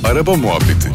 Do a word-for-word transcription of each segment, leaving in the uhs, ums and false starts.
Araba Muhabbeti.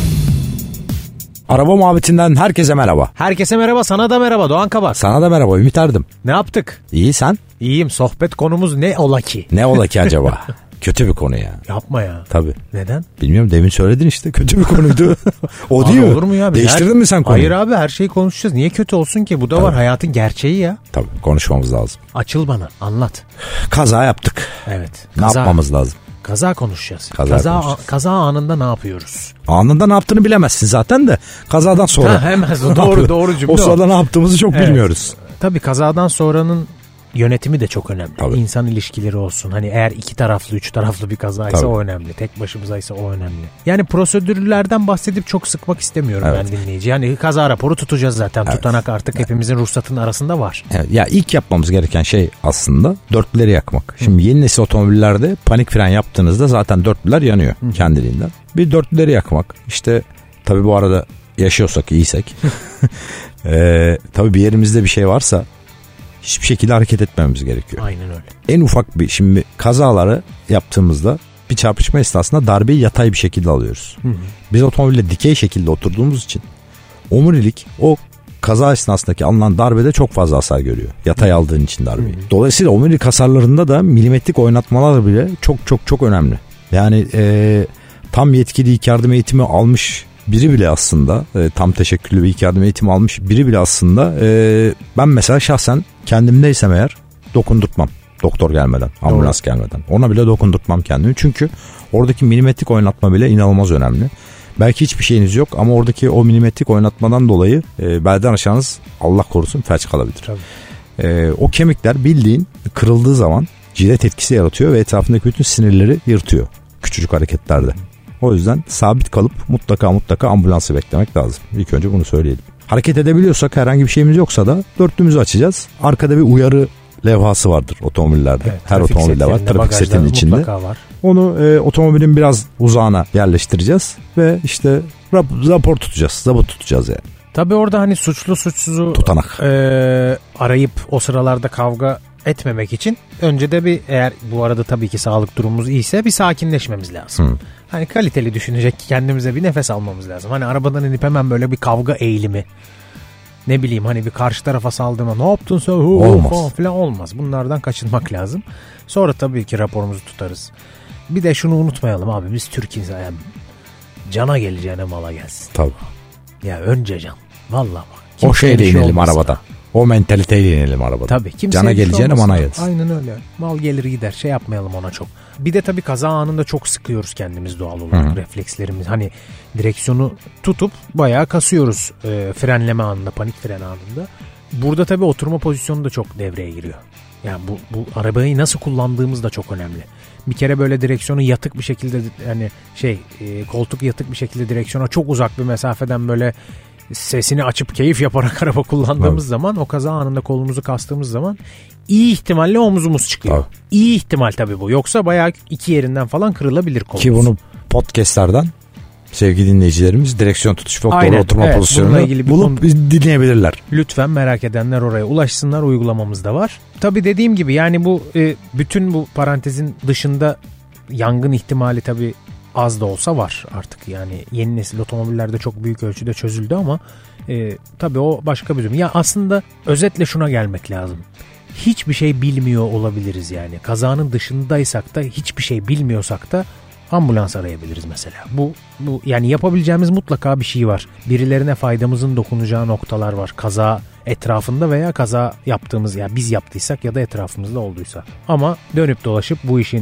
Araba muhabbetinden herkese merhaba. Herkese merhaba, sana da merhaba Doğan Kabak. Sana da merhaba Ümit Erdim. Ne yaptık? İyi, sen? İyiyim, sohbet konumuz ne ola ki? Ne ola ki acaba? Kötü bir konu ya. Yapma ya. Tabii. Neden? Bilmiyorum, demin söyledin işte, kötü bir konuydu. O abi değil mi? Olur mu ya? Değiştirdin her... mi sen konuyu? Hayır abi, her şeyi konuşacağız. Niye kötü olsun ki? Bu da Tabii. var, hayatın gerçeği ya. Tabii, konuşmamız lazım. Açıl bana, anlat. Kaza yaptık. Evet. Ne Kaza, yapmamız lazım? Kaza konuşacağız. Kaza, kaza, konuşacağız. kaza anında ne yapıyoruz? Anında ne yaptığını bilemezsin zaten de. Kazadan sonra. Ha, hemen doğru doğru cümle. O sırada ne yaptığımızı çok Evet. bilmiyoruz. Tabii kazadan sonranın yönetimi de çok önemli. Tabii. İnsan ilişkileri olsun. Hani eğer iki taraflı, üç taraflı bir kazaysa Tabii. o önemli. Tek başımızaysa o önemli. Yani prosedürlerden bahsedip çok sıkmak istemiyorum Evet. ben dinleyici. Yani kaza raporu tutacağız zaten. Evet. Tutanak artık Evet. hepimizin ruhsatının arasında var. Evet, ya ilk yapmamız gereken şey aslında dörtlüleri yakmak. Şimdi yeni nesil otomobillerde panik fren yaptığınızda zaten dörtlüler yanıyor Hı. kendiliğinden. Bir dörtlüleri yakmak. İşte tabii bu arada yaşıyorsak, iyiysek. ee, tabii bir yerimizde bir şey varsa hiçbir şekilde hareket etmememiz gerekiyor. Aynen öyle. En ufak bir, şimdi kazaları yaptığımızda bir çarpışma esnasında darbeyi yatay bir şekilde alıyoruz. Hı hı. Biz otomobilde dikey şekilde oturduğumuz için omurilik o kaza esnasındaki alınan darbede çok fazla hasar görüyor. Yatay aldığın için darbeyi. Hı hı. Dolayısıyla omurilik hasarlarında da milimetrik oynatmalar bile çok çok çok önemli. Yani e, tam yetkili ilk yardım eğitimi almış biri bile aslında e, tam teşekküllü bir ilk yardım eğitimi almış biri bile aslında e, ben mesela şahsen kendimdeysem eğer dokundurtmam doktor gelmeden, ambulans Doğru. gelmeden. Ona bile dokundurtmam kendimi. Çünkü oradaki milimetrik oynatma bile inanılmaz önemli. Belki hiçbir şeyiniz yok ama oradaki o milimetrik oynatmadan dolayı e, belden aşağınız Allah korusun felç kalabilir. E, o kemikler bildiğin kırıldığı zaman cilet etkisi yaratıyor ve etrafındaki bütün sinirleri yırtıyor küçücük hareketlerde. O yüzden sabit kalıp mutlaka mutlaka ambulansı beklemek lazım. İlk önce bunu söyleyelim. Hareket edebiliyorsak, herhangi bir şeyimiz yoksa da dörtlüğümüzü açacağız. Arkada bir uyarı levhası vardır otomobillerde. Evet, her otomobilde var. Trafik setinin içinde. Var. Onu e, otomobilin biraz uzağına yerleştireceğiz ve işte rap, rapor tutacağız. Zabıt tutacağız yani. Tabii orada hani suçlu suçsuzu tutanak e, arayıp o sıralarda kavga etmemek için önce de bir, eğer bu arada tabii ki sağlık durumumuz iyiyse, bir sakinleşmemiz lazım. Hı. Hani kaliteli düşünecek, kendimize bir nefes almamız lazım. Hani arabadan inip hemen böyle bir kavga eğilimi, ne bileyim hani bir karşı tarafa saldırma, ne yaptın sen olmaz falan olmaz. Bunlardan kaçınmak lazım. Sonra tabii ki raporumuzu tutarız. Bir de şunu unutmayalım abi, biz Türk'üz yani. Cana geleceğine mala gelsin. Tabii. Ya önce can. Vallahi bak. O şeyle şey inelim arabada. O mentaliteyle inelim arabada. Tabii. Cana geleceğine mana gelsin. Aynen öyle. Mal gelir gider. Şey yapmayalım ona çok. Bir de tabii kaza anında çok sıkıyoruz kendimiz doğal olarak. Hı-hı. Reflekslerimiz. Hani direksiyonu tutup bayağı kasıyoruz e, frenleme anında, panik fren anında. Burada tabii oturma pozisyonu da çok devreye giriyor. Yani bu, bu arabayı nasıl kullandığımız da çok önemli. Bir kere böyle direksiyonu yatık bir şekilde, yani şey e, koltuk yatık bir şekilde direksiyona çok uzak bir mesafeden böyle sesini açıp keyif yaparak araba kullandığımız evet. zaman, o kaza anında kolumuzu kastığımız zaman iyi ihtimalle omuzumuz çıkıyor. Evet. İyi ihtimal tabii bu. Yoksa bayağı iki yerinden falan kırılabilir kolumuz. Ki bunu podcastlardan sevgili dinleyicilerimiz direksiyon tutuş ve doğru oturma evet, pozisyonunu bulup konu... dinleyebilirler. Lütfen merak edenler oraya ulaşsınlar, uygulamamız da var. Tabii dediğim gibi yani bu e, bütün bu parantezin dışında yangın ihtimali tabii az da olsa var artık. Yani yeni nesil otomobillerde çok büyük ölçüde çözüldü ama e, tabii o başka bir durum. Ya aslında özetle şuna gelmek lazım. Hiçbir şey bilmiyor olabiliriz yani. Kazanın dışındaysak da, hiçbir şey bilmiyorsak da ambulans arayabiliriz mesela. Bu bu yani yapabileceğimiz mutlaka bir şey var. Birilerine faydamızın dokunacağı noktalar var. Kaza etrafında veya kaza yaptığımız, ya yani biz yaptıysak ya da etrafımızda olduysa. Ama dönüp dolaşıp bu işin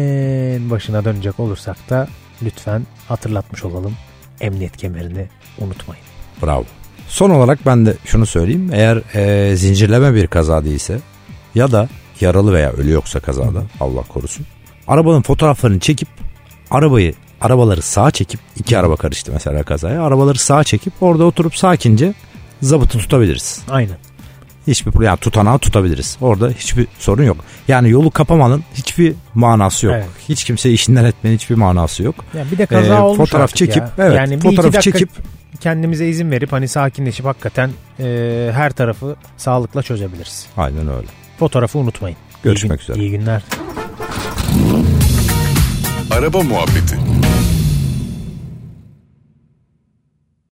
en başına dönecek olursak da lütfen hatırlatmış olalım. Emniyet kemerini unutmayın. Bravo. Son olarak ben de şunu söyleyeyim. Eğer e, zincirleme bir kaza değilse ya da yaralı veya ölü yoksa kazada, Allah korusun, arabanın fotoğraflarını çekip arabayı arabaları sağa çekip, iki araba karıştı mesela kazaya, arabaları sağa çekip orada oturup sakince zabıtı tutabiliriz. Aynen. Hiçbir problem, yani tutanağı tutabiliriz. Orada hiçbir sorun yok. Yani yolu kapamanın hiçbir manası yok. Evet. Hiç kimseyi işinden etmenin hiçbir manası yok. Ya bir de kaza ee, olmuş fotoğraf çekip, ya. evet, yani fotoğraf çekip kendimize izin verip hani sakinleşip hakikaten e, her tarafı sağlıkla çözebiliriz. Aynen öyle. Fotoğrafı unutmayın. Görüşmek iyi, üzere. İyi günler. Araba Muhabbeti.